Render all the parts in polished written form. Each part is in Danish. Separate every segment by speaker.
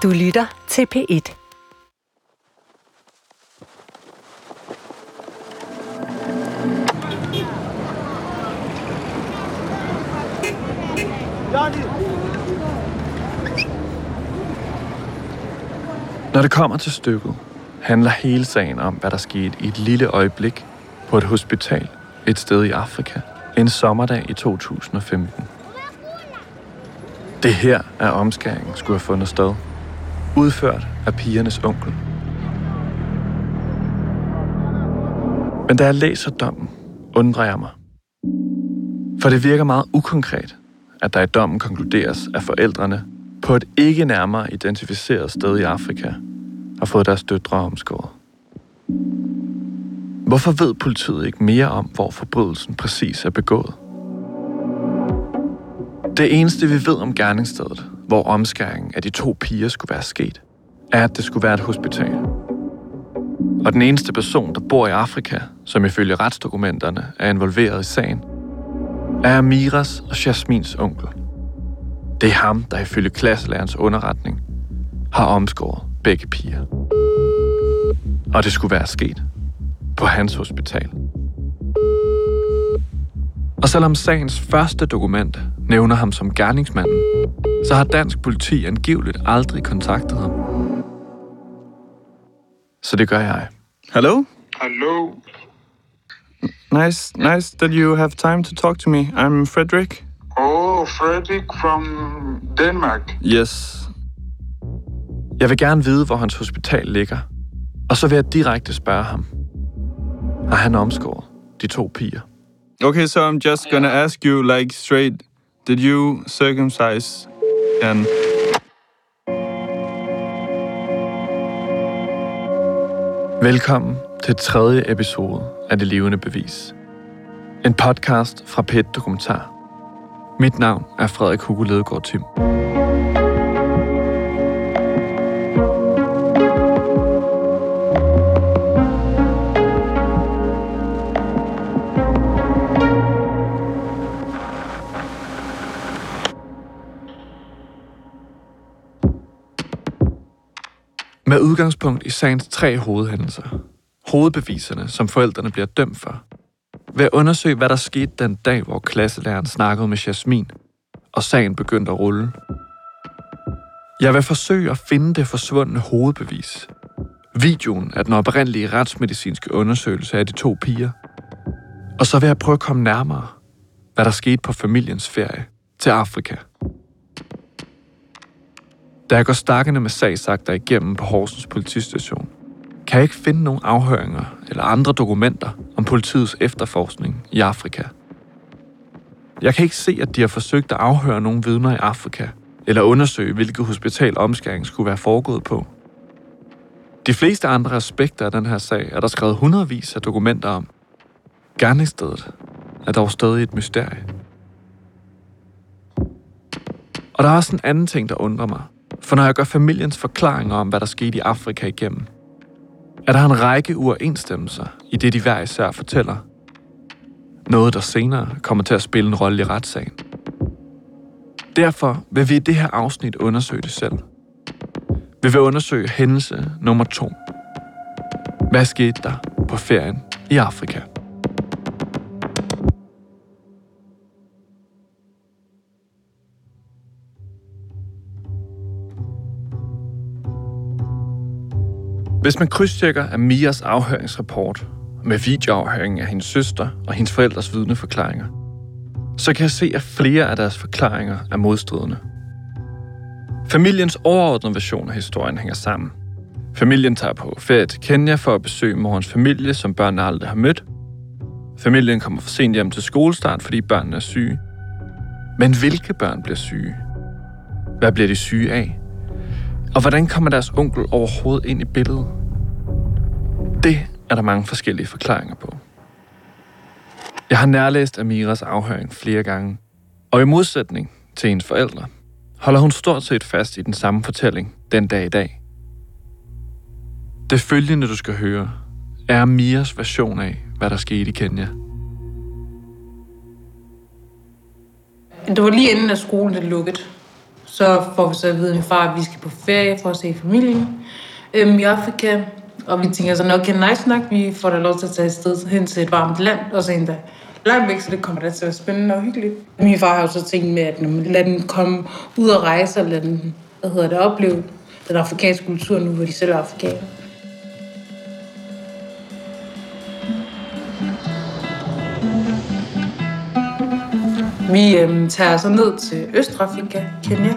Speaker 1: Du lytter til P1.
Speaker 2: Når det kommer til stykket, handler hele sagen om, hvad der skete i et lille øjeblik på et hospital et sted i Afrika en sommerdag i 2015. Det her er omskæringen skulle have fundet sted, udført af pigernes onkel. Men da jeg læser dommen, undrer jeg mig. For det virker meget ukonkret, at der i dommen konkluderes, at forældrene på et ikke nærmere identificeret sted i Afrika har fået deres døtre omskåret. Hvorfor ved politiet ikke mere om, hvor forbrydelsen præcis er begået? Det eneste, vi ved om gerningsstedet, hvor omskæringen af de 2 piger skulle være sket, er, at det skulle være et hospital. Og den eneste person, der bor i Afrika, som ifølge retsdokumenterne er involveret i sagen, er Amiras og Jasmins onkel. Det er ham, der ifølge klasselærerens underretning har omskåret begge piger. Og det skulle være sket på hans hospital. Og selvom sagens første dokument nævner ham som gerningsmanden, så har dansk politi angiveligt aldrig kontaktet ham. Så det gør jeg.
Speaker 3: Hello?
Speaker 4: Hello.
Speaker 3: Nice that you have time to talk to me. I'm Frederick.
Speaker 4: Oh, Frederick from Denmark.
Speaker 3: Yes.
Speaker 2: Jeg vil gerne vide, hvor hans hospital ligger. Og så vil jeg direkte spørge ham. Har han omskåret de 2 piger?
Speaker 3: Okay, so I'm just gonna ask you like straight. Did you circumcise and...
Speaker 2: Velkommen til 3. episode af Det Levende Bevis. En podcast fra P1 Dokumentar. Mit navn er Frederik Hugo Ledegaard Tim. Med udgangspunkt i sagens 3 hovedhændelser, hovedbeviserne, som forældrene bliver dømt for, vil jeg undersøge, hvad der skete den dag, hvor klasselæreren snakkede med Jasmin, og sagen begyndte at rulle. Jeg vil forsøge at finde det forsvundne hovedbevis. Videoen af den oprindelige retsmedicinske undersøgelse af de 2 piger. Og så vil jeg prøve at komme nærmere, hvad der skete på familiens ferie til Afrika. Da jeg går stakkende med sagsakter igennem på Horsens politistation, kan jeg ikke finde nogen afhøringer eller andre dokumenter om politiets efterforskning i Afrika. Jeg kan ikke se, at de har forsøgt at afhøre nogle vidner i Afrika, eller undersøge, hvilket hospital omskæring skulle være foregået på. De fleste andre aspekter af den her sag er der skrevet hundredvis af dokumenter om. Gerningsstedet er dog stadig et mysterie. Og der er også en anden ting, der undrer mig. For når jeg gør familiens forklaringer om, hvad der skete i Afrika igennem, er der en række uoverensstemmelser i det, de hver især fortæller. Noget, der senere kommer til at spille en rolle i retssagen. Derfor vil vi i det her afsnit undersøge det selv. Vi vil undersøge hændelse nummer 2. Hvad skete der på ferien i Afrika? Hvis man krydstjekker Amiras afhøringsrapport med videoafhøring af hendes søster og hendes forældres vidneforklaringer, så kan jeg se, at flere af deres forklaringer er modstridende. Familiens overordnede version af historien hænger sammen. Familien tager på ferie til Kenya for at besøge morens familie, som børnene aldrig har mødt. Familien kommer for sent hjem til skolestart, fordi børnene er syge. Men hvilke børn bliver syge? Hvad bliver de syge af? Og hvordan kommer deres onkel overhovedet ind i billedet? Det er der mange forskellige forklaringer på. Jeg har nærlæst Amiras afhøring flere gange, og i modsætning til hendes forældre, holder hun stort set fast i den samme fortælling den dag i dag. Det følgende, du skal høre, er Amiras version af, hvad der skete i Kenya.
Speaker 5: Det var lige inden, at skolen er lukket.
Speaker 1: Så får vi så at vide af min far, at vi skal på ferie for at se familien i Afrika. Og vi tænker sådan, okay, nice nok, vi får da lov til at tage afsted hen til et varmt land, og så endda langt væk, så det kommer da til at være spændende og hyggeligt. Min far har jo så tænkt med, at lad den komme ud og rejse, og lad den, opleve den afrikanske kultur nu, hvor de selv er afrikanere. Vi tager så ned til Østafrika, Kenya.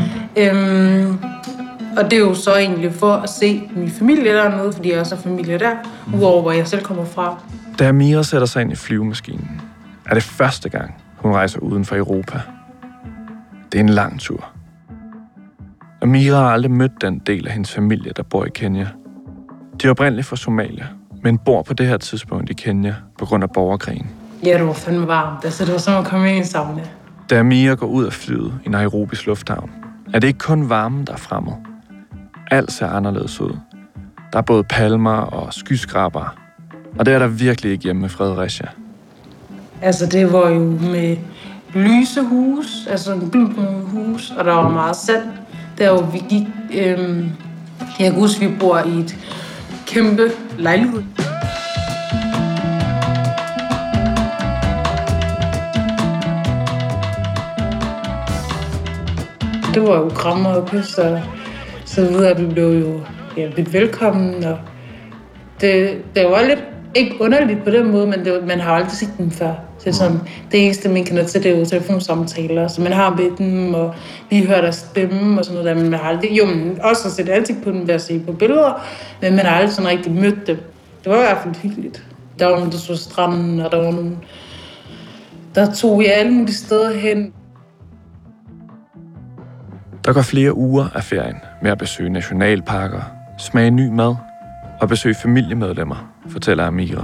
Speaker 1: Og det er jo så egentlig for at se min familie dernede, fordi jeg også har familie der, udover hvor jeg selv kommer fra.
Speaker 2: Da Amira sætter sig ind i flyvemaskinen, er det første gang, hun rejser uden for Europa. Det er en lang tur. Amira har aldrig mødt den del af hendes familie, der bor i Kenya. De er oprindeligt fra Somalia, men bor på det her tidspunkt i Kenya på grund af borgerkrigen.
Speaker 1: Ja, det var fandme varmt. Altså, det var som at komme ind i en sauna.
Speaker 2: Da Amira går ud af flyet i Nairobis lufthavn, er det ikke kun varmen, der er fremmed. Alt ser anderledes ud. Der er både palmer og skyskrabere, og det er der virkelig ikke hjemme med Fredericia. Altså,
Speaker 1: det var jo med lyse hus, altså en gulbrune hus, og der var meget sand. Der hvor vi gik, jeg kan huske, vi bor i et kæmpe lejlighed. Det var jo krammer og kys og så videre. Vi blev jo lidt velkommen, og det var lidt ikke underligt på den måde, men man har aldrig set dem før. Det er sådan, det eneste, man kender til, det er jo telefonsamtaler, så man har med dem, og vi hører deres stemme og sådan noget der, men man har aldrig, man også har set ansigt på dem ved at se på billeder, men man har aldrig sådan rigtig mødt dem. Det var i hvert fald hyggeligt. Der var nogen, der så stranden, og der var nogen, der tog alle mulige steder hen.
Speaker 2: Der går flere uger af ferien med at besøge nationalparker, smage ny mad og besøge familiemedlemmer, fortæller Amira.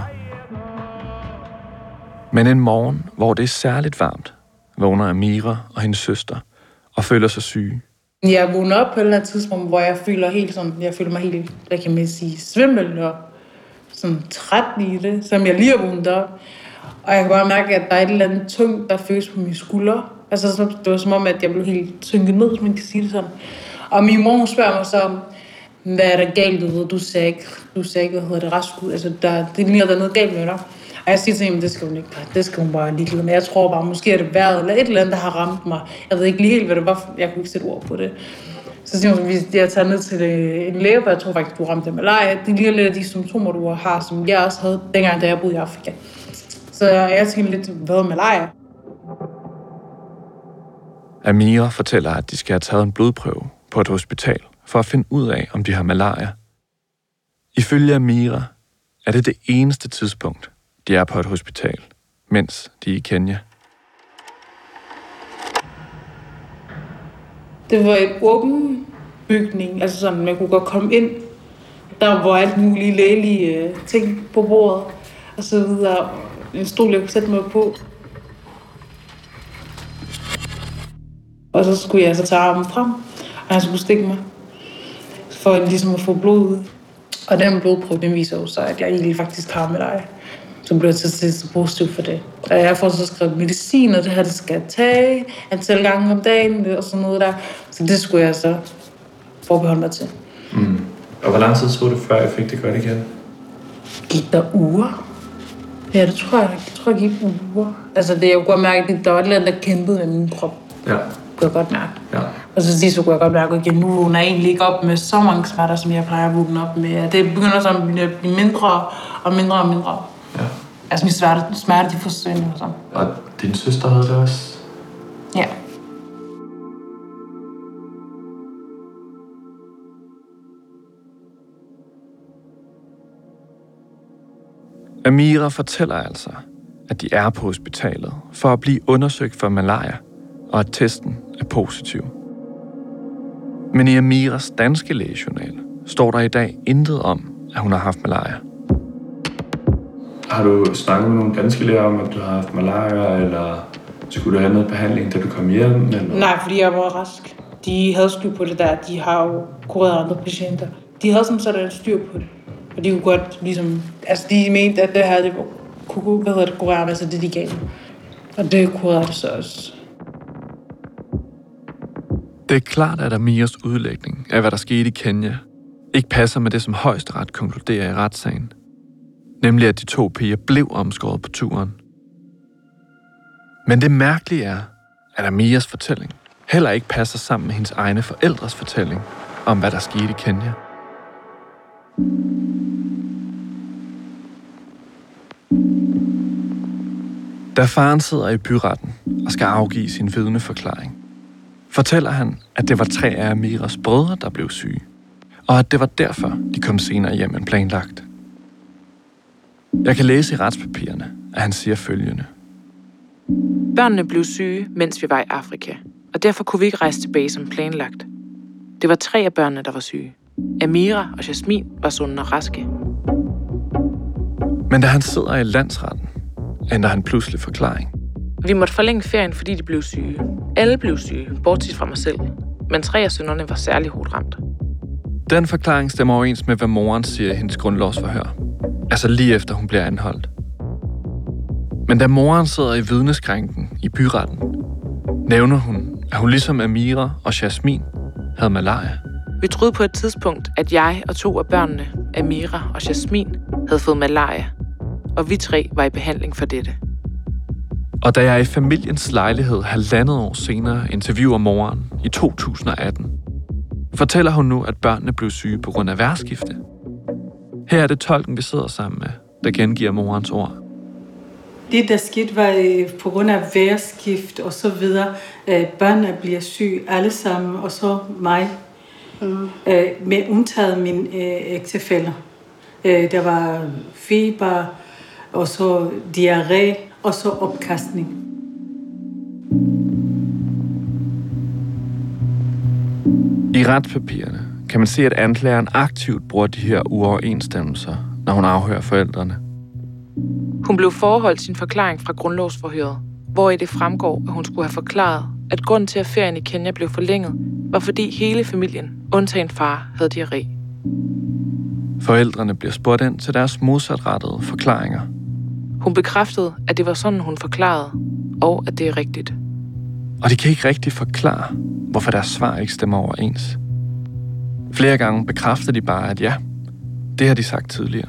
Speaker 2: Men en morgen, hvor det er særligt varmt, vågner Amira og hendes søster og føler sig syge.
Speaker 1: Jeg vågner op på et eller andet tidspunkt, hvor jeg føler mig helt, hvad kan man sige, svimmel og sådan træt i det, som jeg lige har vågnet op. Og jeg kan bare mærke, at der er et eller andet tungt, der føles på mine skuldre. Altså, det var som om, at jeg blev helt tynket ned, hvis man kan sige det sådan. Og min mor spørger mig så, hvad er der galt? Du sagde ikke, rask ud. Altså, det ligner, der er noget galt med dig. Og jeg siger til hende, det skal hun ikke. Det skal hun bare ligeglade med. Jeg tror bare, måske er det vejret eller et eller andet, der har ramt mig. Jeg ved ikke lige helt, hvad det var. Jeg kunne ikke sætte ord på det. Så siger hun, at jeg tager ned til en læge, og jeg tror faktisk, du ramte malaria. Det ligner lidt af de symptomer, du har, som jeg også havde dengang, da jeg boede i Afrika. Så jeg tænkte lidt, hvad er malaria?
Speaker 2: Amira fortæller, at de skal have taget en blodprøve på et hospital for at finde ud af, om de har malaria. Ifølge Amira er det det eneste tidspunkt, de er på et hospital, mens de er i Kenya.
Speaker 1: Det var en åben bygning, altså sådan, man kunne godt komme ind. Der var alt mulige lægelige ting på bordet, og så videre. En stol, jeg kunne sætte mig på. Og så skulle jeg så tage armen frem, og han skulle stikke mig, for ligesom at få blod ud. Og den blodprøve, den viser jo så, at jeg egentlig faktisk har malaria. Så blev jeg så positiv for det. Og jeg får så skrevet medicin, og det her, det skal jeg tage antal gange om dagen, og sådan noget der. Så det skulle jeg så forbeholde mig til.
Speaker 2: Og hvor lang tid tog det, før jeg fik det godt igen?
Speaker 1: Gik der uger? Ja, det tror jeg. Jeg gik uger. Altså, det jeg kunne godt mærke, at der var et eller andet, der kæmpede med min krop.
Speaker 2: Ja.
Speaker 1: Kunne jeg godt mærke.
Speaker 2: Ja.
Speaker 1: Og så kunne jeg godt mærke, at nu vågner jeg egentlig ikke op med så mange smerter, som jeg plejer at vågne op med. Det begynder så at blive mindre og mindre og mindre.
Speaker 2: Ja.
Speaker 1: Altså, mine smerter, de forsvinder og sådan.
Speaker 2: Og din søster havde det også?
Speaker 1: Ja.
Speaker 2: Amira fortæller altså, at de er på hospitalet for at blive undersøgt for malaria, og at testen er positiv. Men i Amiras danske lægejournal står der i dag intet om, at hun har haft malaria. Har du snakket med nogle danske læger om, at du har haft malaria, eller skulle du have noget behandling, da du kom hjem? Eller?
Speaker 1: Nej, fordi jeg var rask. De havde styr på det der. De har jo kureret andre patienter. De havde sådan styr på det. Og de kunne godt ligesom... Altså, de mente, at det her, det var kureret, altså det, de gav. Og det kurerede det så også.
Speaker 2: Det er klart, at Amiras udlægning af, hvad der skete i Kenya, ikke passer med det, som Højesteret konkluderer i retssagen. Nemlig, at de 2 piger blev omskåret på turen. Men det mærkelige er, at Amiras fortælling heller ikke passer sammen med hendes egne forældres fortælling om, hvad der skete i Kenya. Da faren sidder i byretten og skal afgive sin vidneforklaring, fortæller han, at det var 3 af Amiras brødre, der blev syge, og at det var derfor, de kom senere hjem end planlagt. Jeg kan læse i retspapirerne, at han siger følgende.
Speaker 5: Børnene blev syge, mens vi var i Afrika, og derfor kunne vi ikke rejse tilbage som planlagt. Det var 3 af børnene, der var syge. Amira og Jasmin var sunde og raske.
Speaker 2: Men da han sidder i landsretten, ændrer han pludselig forklaring.
Speaker 5: Vi måtte forlænge ferien, fordi de blev syge. Alle blev syge, bortset fra mig selv. Men 3 af sønnerne var særlig hårdt ramt.
Speaker 2: Den forklaring stemmer overens med, hvad moren siger i hendes grundlovsforhør. Altså lige efter hun bliver anholdt. Men da moren sidder i vidneskranken i byretten, nævner hun, at hun ligesom Amira og Jasmin havde malaria.
Speaker 5: Vi troede på et tidspunkt, at jeg og 2 af børnene, Amira og Jasmin, havde fået malaria. Og vi 3 var i behandling for dette.
Speaker 2: Og da jeg i familiens lejlighed 1,5 år senere interviewer moren i 2018, fortæller hun nu, at børnene blev syge på grund af vejrskifte. Her er det tolken, vi sidder sammen med, der gengiver morens ord.
Speaker 6: Det, der skete, var på grund af vejrskift og så videre. Børnene bliver syge alle sammen, og så mig. Med undtaget min ægtefæller. Der var feber, og så diarré, og så opkastning.
Speaker 2: I retspapirerne kan man se, at anklageren aktivt bruger de her uoverensstemmelser, når hun afhører forældrene.
Speaker 5: Hun blev foreholdt sin forklaring fra grundlovsforhøret, hvori det fremgår, at hun skulle have forklaret, at grunden til, at ferien i Kenya blev forlænget, var fordi hele familien, undtagen far, havde diarré.
Speaker 2: Forældrene bliver spurgt ind til deres modsatrettede forklaringer.
Speaker 5: Hun bekræftede, at det var sådan, hun forklarede, og at det er rigtigt.
Speaker 2: Og de kan ikke rigtig forklare, hvorfor deres svar ikke stemmer overens. Flere gange bekræfter de bare, at ja, det har de sagt tidligere.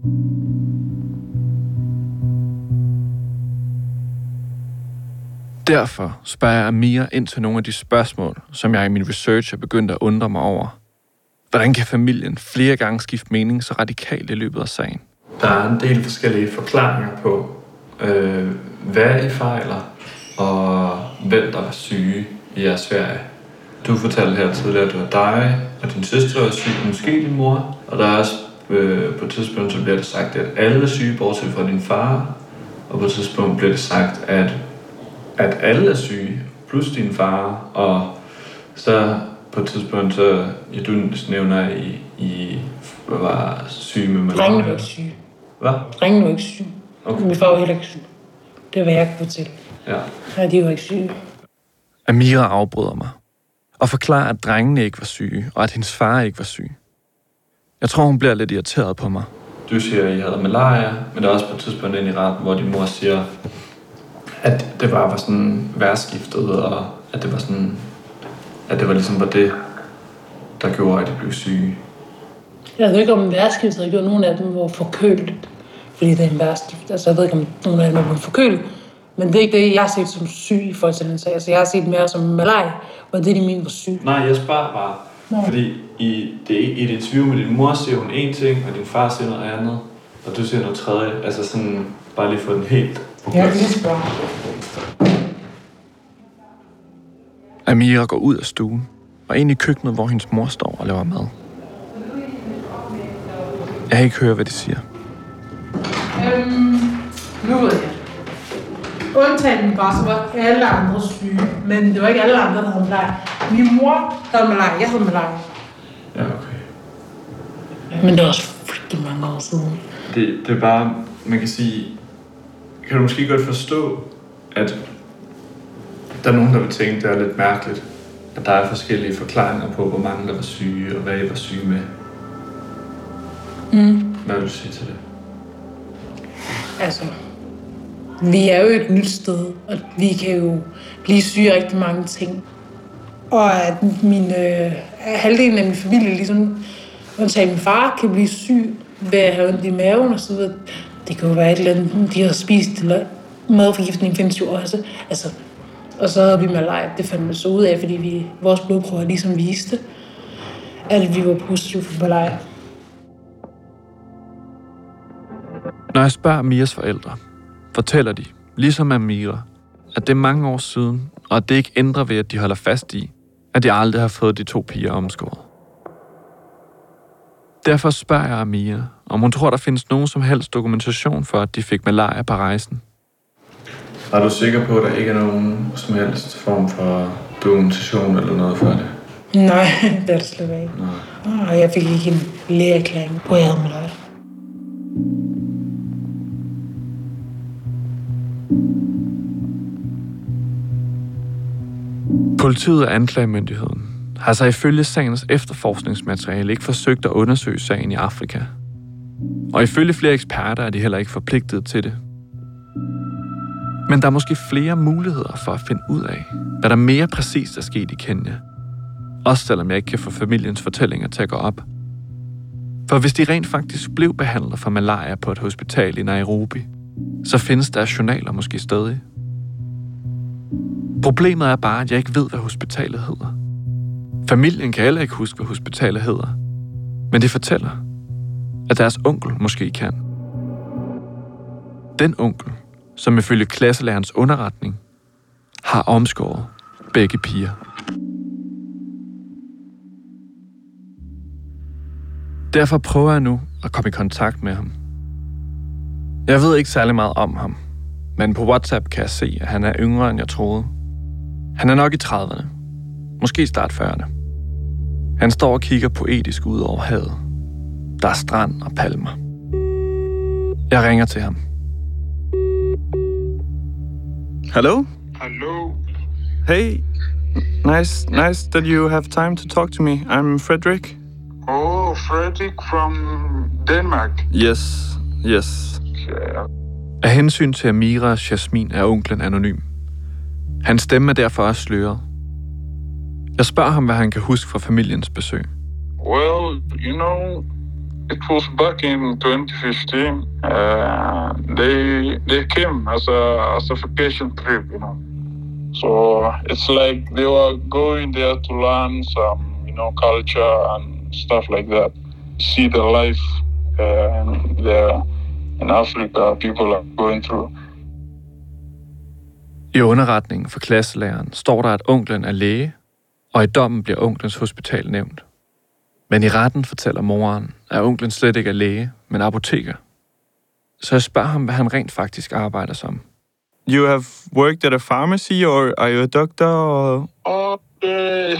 Speaker 2: Derfor spørger jeg Amira ind til nogle af de spørgsmål, som jeg i min research er begyndt at undre mig over. Hvordan kan familien flere gange skifte mening så radikalt i løbet af sagen? Der er en del forskellige forklaringer på, hvad I fejler, og hvem der var syge i jeres ferie. Du fortalte her tidligere, at det var dig og din søster var syg, måske din mor. Og der er også på et tidspunkt, så bliver det sagt, at alle er syge, bortset fra din far. Og på et tidspunkt bliver det sagt, at alle er syge, plus din far. Og så på et tidspunkt, så du nævner, I var syge med malaria.
Speaker 1: Drengene var ikke syge.
Speaker 2: Hvad?
Speaker 1: Drengene var ikke syge. Okay. Min far var heller ikke syg. Det var jeg kunne fortælle.
Speaker 2: Ja.
Speaker 1: Nej, de var ikke syge.
Speaker 2: Amira afbryder mig og forklarer, at drengene ikke var syge, og at hendes far ikke var syg. Jeg tror, hun bliver lidt irriteret på mig. Du siger, at I havde malaria, men der er også på et tidspunkt ind i retten, hvor din mor siger, at det bare var sådan vejrskiftet, og at det var sådan, at det var ligesom det, der gjorde, at de blev syge.
Speaker 1: Jeg ved ikke, om vejrskiftet havde gjort, nogen af dem var forkølet, fordi det er en vejrskift. Altså, jeg ved ikke, om nogen af dem var forkølet, men det er ikke det, jeg har set som syg i forhold til den sag. Altså, jeg har set mere som malaria, og det de mener var syg.
Speaker 2: Nej, jeg spørger bare, fordi i et interview med din mor siger hun en ting, og din far siger noget andet, og du siger noget tredje. Altså sådan, bare lige få den helt på plads.
Speaker 1: Jeg kan lige spørge.
Speaker 2: Amira går ud af stuen og ind i køkkenet, hvor hendes mor står og laver mad. Jeg kan ikke høre, hvad de siger.
Speaker 1: Nu ved jeg. Undtagen var, så var alle andre syge, men det var ikke alle andre, der havde malaria. Min mor havde malaria, jeg havde malaria.
Speaker 2: Ja, okay.
Speaker 1: Men det var også frygtelig mange år siden.
Speaker 2: Det er bare, man kan sige, kan du måske godt forstå, at der er nogen, der vil tænke, det er lidt mærkeligt, at der er forskellige forklaringer på, hvor mange der var syge, og hvad I var syge med. Hvad vil du sige til det?
Speaker 1: Altså, vi er jo et nyt sted, og vi kan jo blive syge af rigtig mange ting. Og at halvdelen af min familie, ligesom undtagen min far, kan blive syg ved at have ondt i maven og så videre. Det kan jo være et eller andet, de har spist, eller madforgiftning findes jo også. Altså, og så havde vi malaria. Det fandt man så ud af, fordi vores blodprøver ligesom viste, at vi var positive for malaria.
Speaker 2: Når jeg spørger Mias forældre, fortæller de, ligesom Amira, at det er mange år siden, og at det ikke ændrer ved, at de holder fast i, at de aldrig har fået de 2 piger omskåret. Derfor spørger jeg Amira, om hun tror, der findes nogen som helst dokumentation for, at de fik malaria på rejsen. Er du sikker på, at der ikke er nogen som helst form for dokumentation eller noget for det?
Speaker 1: Nej, det er det slet ikke. Og jeg fik ikke en lægeerklæring på, at jeg havde malaria.
Speaker 2: Politiet og anklagemyndigheden har så ifølge sagens efterforskningsmateriale ikke forsøgt at undersøge sagen i Afrika. Og ifølge flere eksperter er de heller ikke forpligtet til det. Men der er måske flere muligheder for at finde ud af, hvad der mere præcist er sket i Kenya. Også selvom jeg ikke kan få familiens fortællinger til at gå op. For hvis de rent faktisk blev behandlet for malaria på et hospital i Nairobi, så findes der journaler måske stadig. Problemet er bare, at jeg ikke ved, hvad hospitalet hedder. Familien kan heller ikke huske, hvad hospitalet hedder. Men de fortæller, at deres onkel måske kan. Den onkel, som ifølge klasselærerens underretning, har omskåret begge piger. Derfor prøver jeg nu at komme i kontakt med ham. Jeg ved ikke særlig meget om ham, men på WhatsApp kan jeg se, at han er yngre, end jeg troede. Han er nok i 30'erne, måske start 40'erne. Han står og kigger poetisk ud over havet. Der er strand og palmer. Jeg ringer til ham.
Speaker 3: Hello?
Speaker 4: Hello.
Speaker 3: Hey. Nice that you have time to talk to me. I'm Frederick.
Speaker 4: Oh, Frederick from Denmark.
Speaker 3: Yes.
Speaker 4: Yeah.
Speaker 2: Af hensyn til Amira og Jasmin er onklen anonym. Hans stemme er derfor også sløret. Jeg spørger ham, hvad han kan huske fra familiens besøg.
Speaker 4: Well, you know, it was back in 2015. They came as a vacation trip, you know. So it's like they were going there to learn some, culture and stuff like that. See the life there in Africa people are going through.
Speaker 2: I underretningen for klasselæreren står der, at onklen er læge, og i dommen bliver onklens hospital nævnt. Men i retten fortæller moren, at onklen slet ikke er læge, men apoteker. Så jeg spørger ham, hvad han rent faktisk arbejder som.
Speaker 3: You have worked at a pharmacy, or are you a doctor? Or...
Speaker 4: Okay.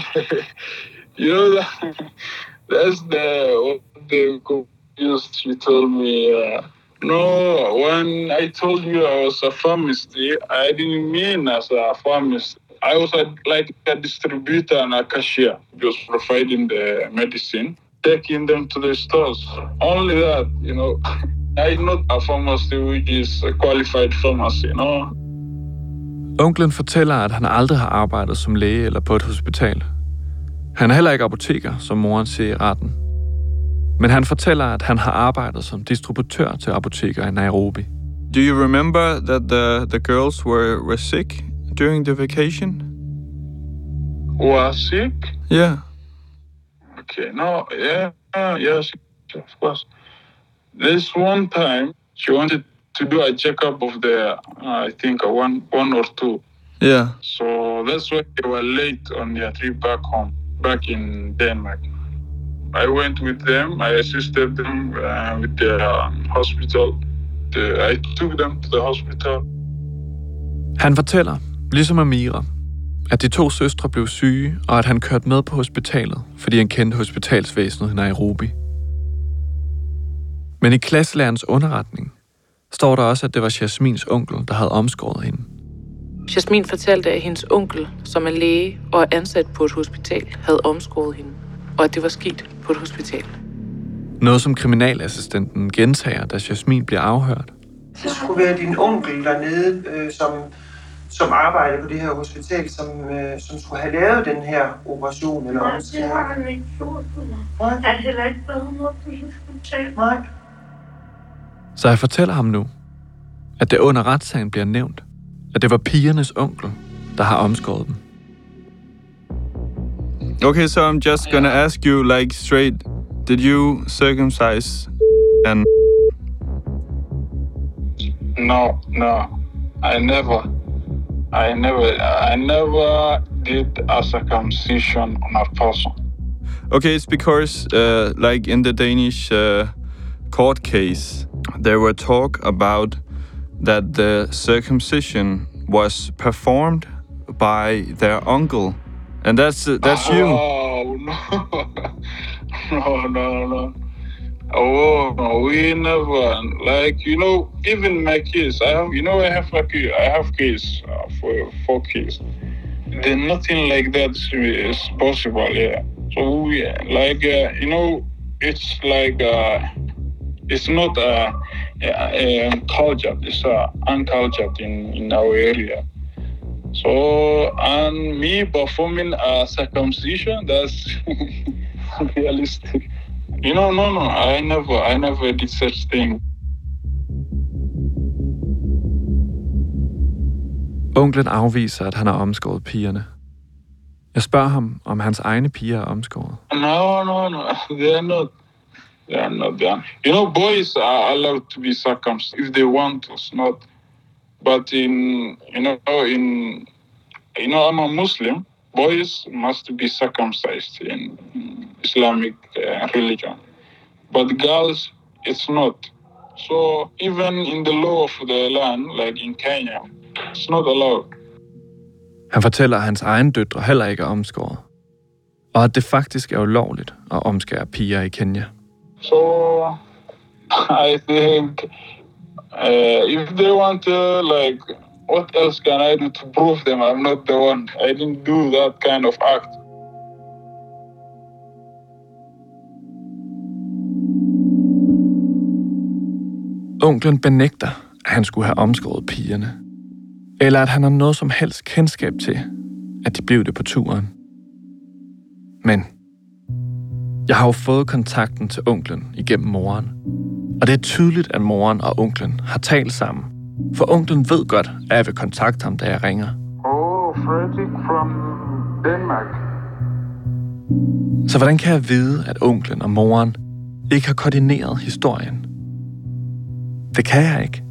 Speaker 4: That's the confused. She told me, no, when I told you I was a pharmacist, I didn't mean as a pharmacist. I was like a distributor and a cashier, just providing the medicine, taking them to the stores. Only that, I'm not a pharmacist which is a qualified pharmacy,
Speaker 2: Onklen fortæller, at han aldrig har arbejdet som læge eller på et hospital. Han er heller ikke apoteker, som moren siger i retten. Men han fortæller, at han har arbejdet som distributør til apoteker i Nairobi.
Speaker 3: Do you remember that the girls were sick during the vacation?
Speaker 4: Was sick?
Speaker 3: Yeah.
Speaker 4: Okay, no, yes, of course. This one time, she wanted to do a checkup of the, I think, one or two.
Speaker 3: Yeah.
Speaker 4: So that's why they were late on their trip back home, back in Denmark. I went with them. I assisted them with their hospital. I took them to the hospital.
Speaker 2: Han fortæller, ligesom Amira, at de 2 søstre blev syge, og at han kørte med på hospitalet, fordi han kendte hospitalsvæsenet i Nairobi. Men i klasselærerens underretning står der også, at det var Jasmins onkel, der havde omskåret hende.
Speaker 5: Jasmin fortalte, at hendes onkel, som er læge og er ansat på et hospital, havde omskåret hende, og at det var sket på et hospital.
Speaker 2: Noget, som kriminalassistenten gentager, da Jasmin bliver afhørt.
Speaker 7: Det skulle være din onkel dernede, som som arbejder på det her hospital, som skulle have lavet den her operation eller omskæring?
Speaker 8: Det har han ikke gjort. Han har heller ikke været noget på hospitalet.
Speaker 7: Nej.
Speaker 2: Så jeg fortæller ham nu, at det under retssagen bliver nævnt, at det var pigernes onkel, der har omskåret dem.
Speaker 3: Okay, so I'm just gonna ask you, like, straight, did you circumcise and...
Speaker 4: No, I never did a circumcision on a person.
Speaker 3: Okay, it's because, like in the Danish court case, there were talk about that the circumcision was performed by their uncle, and that's you.
Speaker 4: Oh no. Oh no, we never, like, you know, even my kids. I have kids, for 4 kids. Then nothing like that is possible here. So we, like, you know, it's like, it's not cultured. It's uncultured in our area. So, and me performing a circumcision, that's realistic. You know, no, I never did such thing.
Speaker 2: Onklen afviser, at han har omskåret pigerne. Jeg spørger ham, om hans egne piger er omskåret.
Speaker 4: No, they are not. You know, boys are allowed to be circumcised if they want to, not. But I'm a Muslim. Boys must be circumcised in Islamic religion, but girls, it's not. So even in the law of the land, like in Kenya, it's not allowed.
Speaker 2: Han fortæller, at hans egen døtre heller ikke er omskåret, og at det faktisk er ulovligt at omskære piger i Kenya.
Speaker 4: So I think if they want to, like, what else can I do to prove them I'm not the one? I didn't do that kind of act.
Speaker 2: Onklen benægter, at han skulle have omskåret pigerne, eller at han har noget som helst kendskab til, at de blev det på turen. Men jeg har jo fået kontakten til onklen igennem moren, og det er tydeligt, at moren og onklen har talt sammen, for onklen ved godt, at jeg vil kontakte ham, da jeg ringer.
Speaker 4: Oh, Fredrik from Denmark.
Speaker 2: Så hvordan kan jeg vide, at onklen og moren ikke har koordineret historien? Det kan jeg ikke.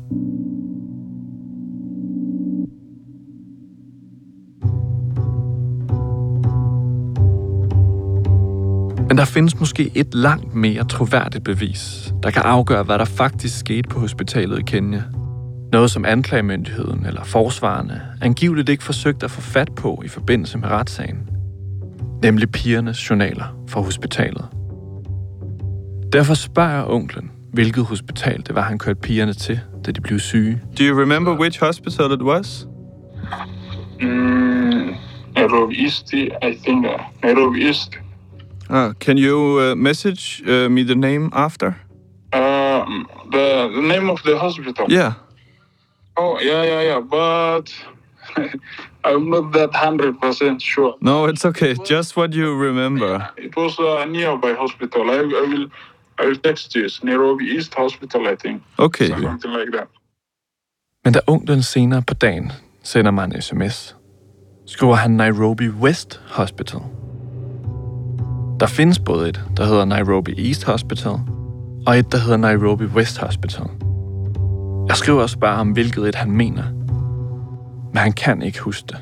Speaker 2: Men der findes måske et langt mere troværdigt bevis, der kan afgøre, hvad der faktisk skete på hospitalet i Kenya. Noget, som anklagemyndigheden eller forsvarerne angiveligt ikke forsøgte at få fat på i forbindelse med retssagen. Nemlig pigernes journaler fra hospitalet. Derfor spørger jeg onklen, hvilket hospital det var, han kørte pigerne til, da de blev syge.
Speaker 3: Do you remember which hospital it was?
Speaker 4: Nairobi East, I think. Nairobi East.
Speaker 3: Can you message me the name after?
Speaker 4: The name of the hospital?
Speaker 3: Yeah.
Speaker 4: Oh, yeah. But I'm not that 100% sure.
Speaker 3: No, it's okay. Just what you remember.
Speaker 4: It was a nearby hospital. I will text you. It's Nairobi East Hospital, I think.
Speaker 3: Okay.
Speaker 4: Something like that.
Speaker 2: Men da onklen senere på dagen sender mig en sms, skriver han Nairobi West Hospital. Der findes både et, der hedder Nairobi East Hospital, og et, der hedder Nairobi West Hospital. Jeg skriver og spørger ham, hvilket et han mener, men han kan ikke huske det.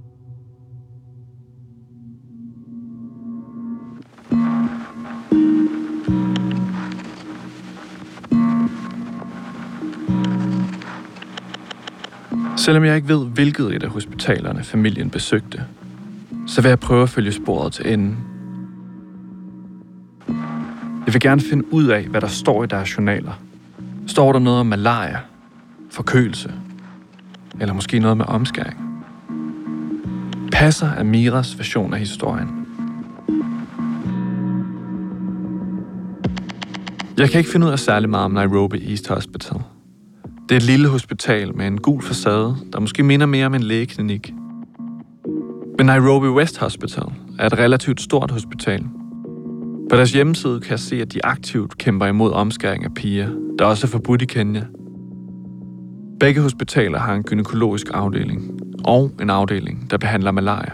Speaker 2: Selvom jeg ikke ved, hvilket et af hospitalerne familien besøgte, så vil jeg prøve at følge sporet til enden. Jeg vil gerne finde ud af, hvad der står i deres journaler. Står der noget om malaria, forkølelse, eller måske noget med omskæring? Passer Amiras version af historien? Jeg kan ikke finde ud af særlig meget om Nairobi East Hospital. Det er et lille hospital med en gul facade, der måske minder mere om en lægeklinik. Men Nairobi West Hospital er et relativt stort hospital. På deres hjemmeside kan jeg se, at de aktivt kæmper imod omskæring af piger, der også er forbudt i Kenya. Begge hospitaler har en gynækologisk afdeling og en afdeling, der behandler malaria.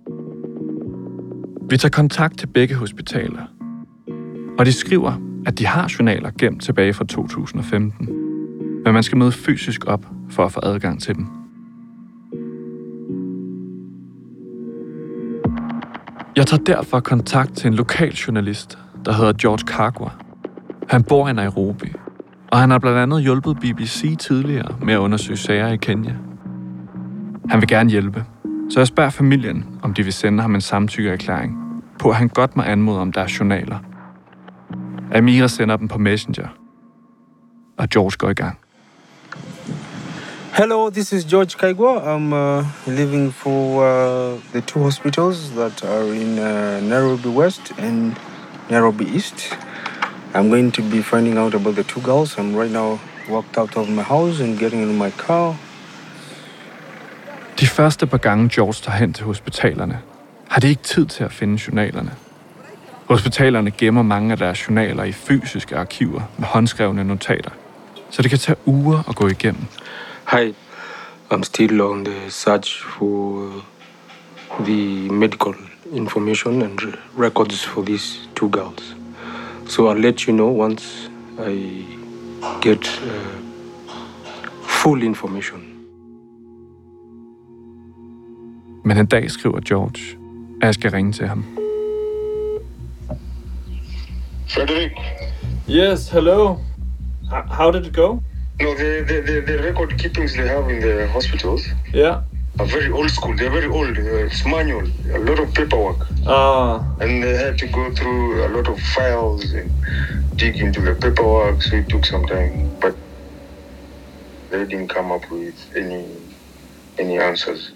Speaker 2: Vi tager kontakt til begge hospitaler, og de skriver, at de har journaler gemt tilbage fra 2015, men man skal møde fysisk op for at få adgang til dem. Jeg tager derfor kontakt til en lokal journalist, der hedder George Kagwa. Han bor i Nairobi, og han har blandt andet hjulpet BBC tidligere med at undersøge sager i Kenya. Han vil gerne hjælpe, så jeg spørger familien, om de vil sende ham en samtykkeerklæring på, at han godt må anmode om deres journaler. Amira sender dem på Messenger, og George går i gang.
Speaker 9: Hello, this is George Kaigwa. I'm living for the two hospitals that are in Nairobi West and Nairobi East. I'm going to be finding out about the two girls. I'm right now walked out of my house and getting in my car.
Speaker 2: De første par gange George tager hen til hospitalerne, har de ikke tid til at finde journalerne. Hospitalerne gemmer mange af deres journaler i fysiske arkiver med håndskrevne notater, så det kan tage uger at gå igennem.
Speaker 9: Hi, I'm still on the search for the medical information and records for these two girls. So I'll let you know once I get full information.
Speaker 2: Men en dag skriver George, at jeg skal ringe til ham.
Speaker 10: Frederick?
Speaker 3: Yes, hello. How did it go?
Speaker 10: No, the record keepings they have in the hospitals are very old school. They're very old. It's manual, a lot of paperwork. And they had to go through a lot of files and dig into the paperwork, so it took some time. But they didn't come up with any answers.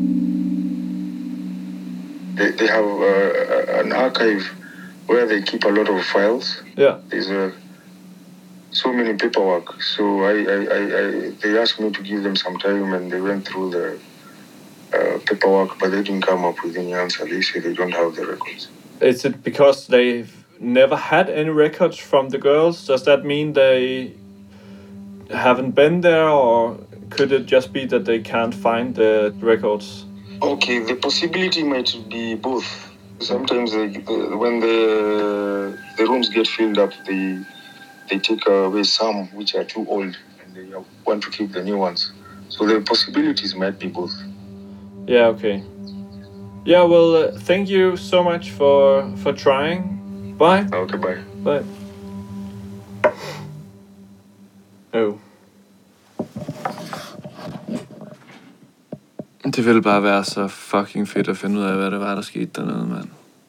Speaker 10: They have an archive where they keep a lot of files.
Speaker 3: Yeah.
Speaker 10: There's so many paperwork. So they asked me to give them some time, and they went through the paperwork, but they didn't come up with any answer. They say they don't have the records.
Speaker 3: Is it because they've never had any records from the girls? Does that mean they haven't been there, or could it just be that they can't find the records?
Speaker 10: Okay, the possibility might be both. Sometimes when the rooms get filled up, they take away some which are too old, and they want to keep the new ones. So the possibilities might be both.
Speaker 3: Yeah, okay. Yeah, well, thank you so much for trying. Bye.
Speaker 10: Okay, bye.
Speaker 3: Bye. Oh.
Speaker 2: Det ville bare være så fucking fedt at finde ud af, hvad det var, der skete dernede, mand.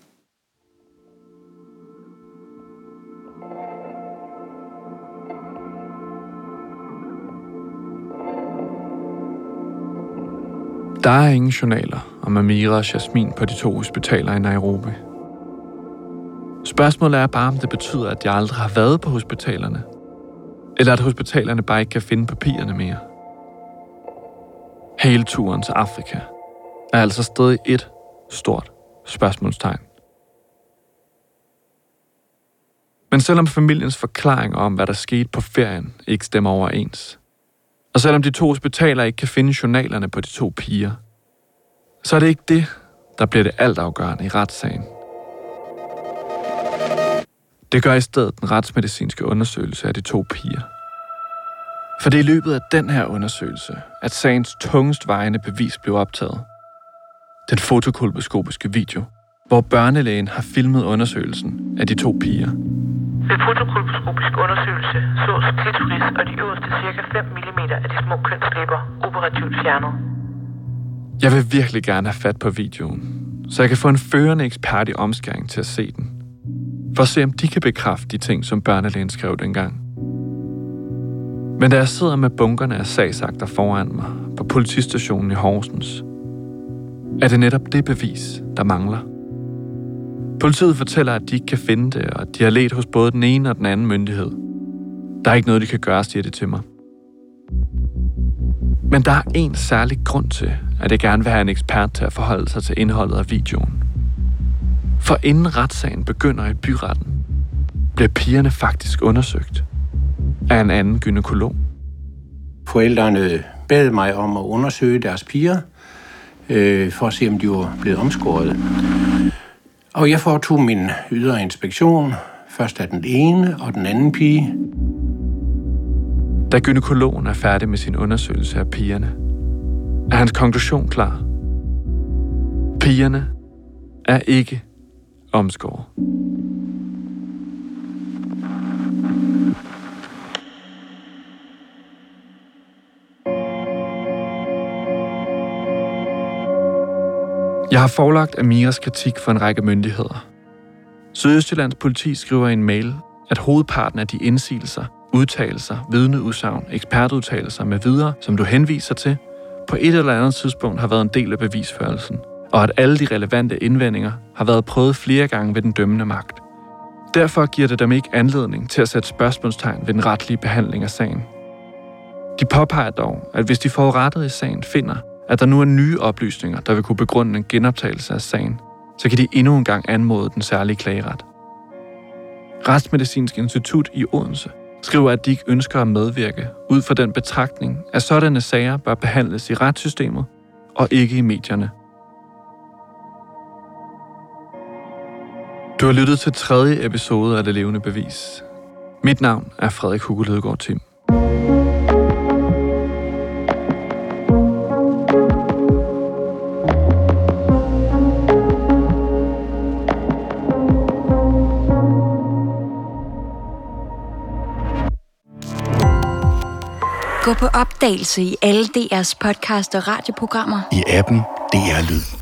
Speaker 2: Der er ingen journaler om Amira og Jasmin på de to hospitaler i Nairobi. Spørgsmålet er bare, om det betyder, at de aldrig har været på hospitalerne, eller at hospitalerne bare ikke kan finde papirerne mere. Hele turen til Afrika er altså stadig et stort spørgsmålstegn. Men selvom familiens forklaringer om, hvad der skete på ferien, ikke stemmer overens, og selvom de to hospitaler ikke kan finde journalerne på de to piger, så er det ikke det, der bliver det altafgørende i retssagen. Det gør i stedet den retsmedicinske undersøgelse af de to piger. For det er i løbet af den her undersøgelse, at sagens tungest vejende bevis blev optaget. Den fotokolposkopiske video, hvor børnelægen har filmet undersøgelsen af de to piger.
Speaker 5: Ved fotokolposkopisk undersøgelse sås klitoris og de øverste ca. 5 mm af de små kønslæber operativt fjernet.
Speaker 2: Jeg vil virkelig gerne have fat på videoen, så jeg kan få en førende ekspert i omskæring til at se den. For at se, om de kan bekræfte de ting, som børnelægen skrev dengang. Men da jeg sidder med bunkerne af sagsakter foran mig på politistationen i Horsens, er det netop det bevis, der mangler. Politiet fortæller, at de ikke kan finde det, og de har ledt hos både den ene og den anden myndighed. Der er ikke noget, de kan gøre, siger det til mig. Men der er en særlig grund til, at jeg gerne vil have en ekspert til at forholde sig til indholdet af videoen. For inden retssagen begynder i byretten, bliver pigerne faktisk undersøgt af en anden gynekolog.
Speaker 11: Forældrene bad mig om at undersøge deres piger, for at se, om de var blevet omskåret. Og jeg foretog min ydre inspektion, først af den ene og den anden pige.
Speaker 2: Da gynekologen er færdig med sin undersøgelse af pigerne, er hans konklusion klar. Pigerne er ikke omskåret. Jeg har forelagt Amiras kritik for en række myndigheder. Sydøstjyllands politi skriver i en mail, at hovedparten af de indsigelser, udtalelser, vidneudsagn, ekspertudtalelser med videre, som du henviser til, på et eller andet tidspunkt har været en del af bevisførelsen, og at alle de relevante indvendinger har været prøvet flere gange ved den dømmende magt. Derfor giver det dem ikke anledning til at sætte spørgsmålstegn ved den retlige behandling af sagen. De påpeger dog, at hvis de forurettede i sagen finder, at der nu er nye oplysninger, der vil kunne begrunde en genoptagelse af sagen, så kan de endnu en gang anmode den særlige klageret. Retsmedicinsk Institut i Odense skriver, at de ikke ønsker at medvirke ud fra den betragtning, at sådanne sager bør behandles i retssystemet og ikke i medierne. Du har lyttet til 3. episode af Det Levende Bevis. Mit navn er Frederik Hugo Lidegaard Tim.
Speaker 12: Gå på opdagelse i alle DR's podcast og radioprogrammer.
Speaker 13: I appen DR Lyd.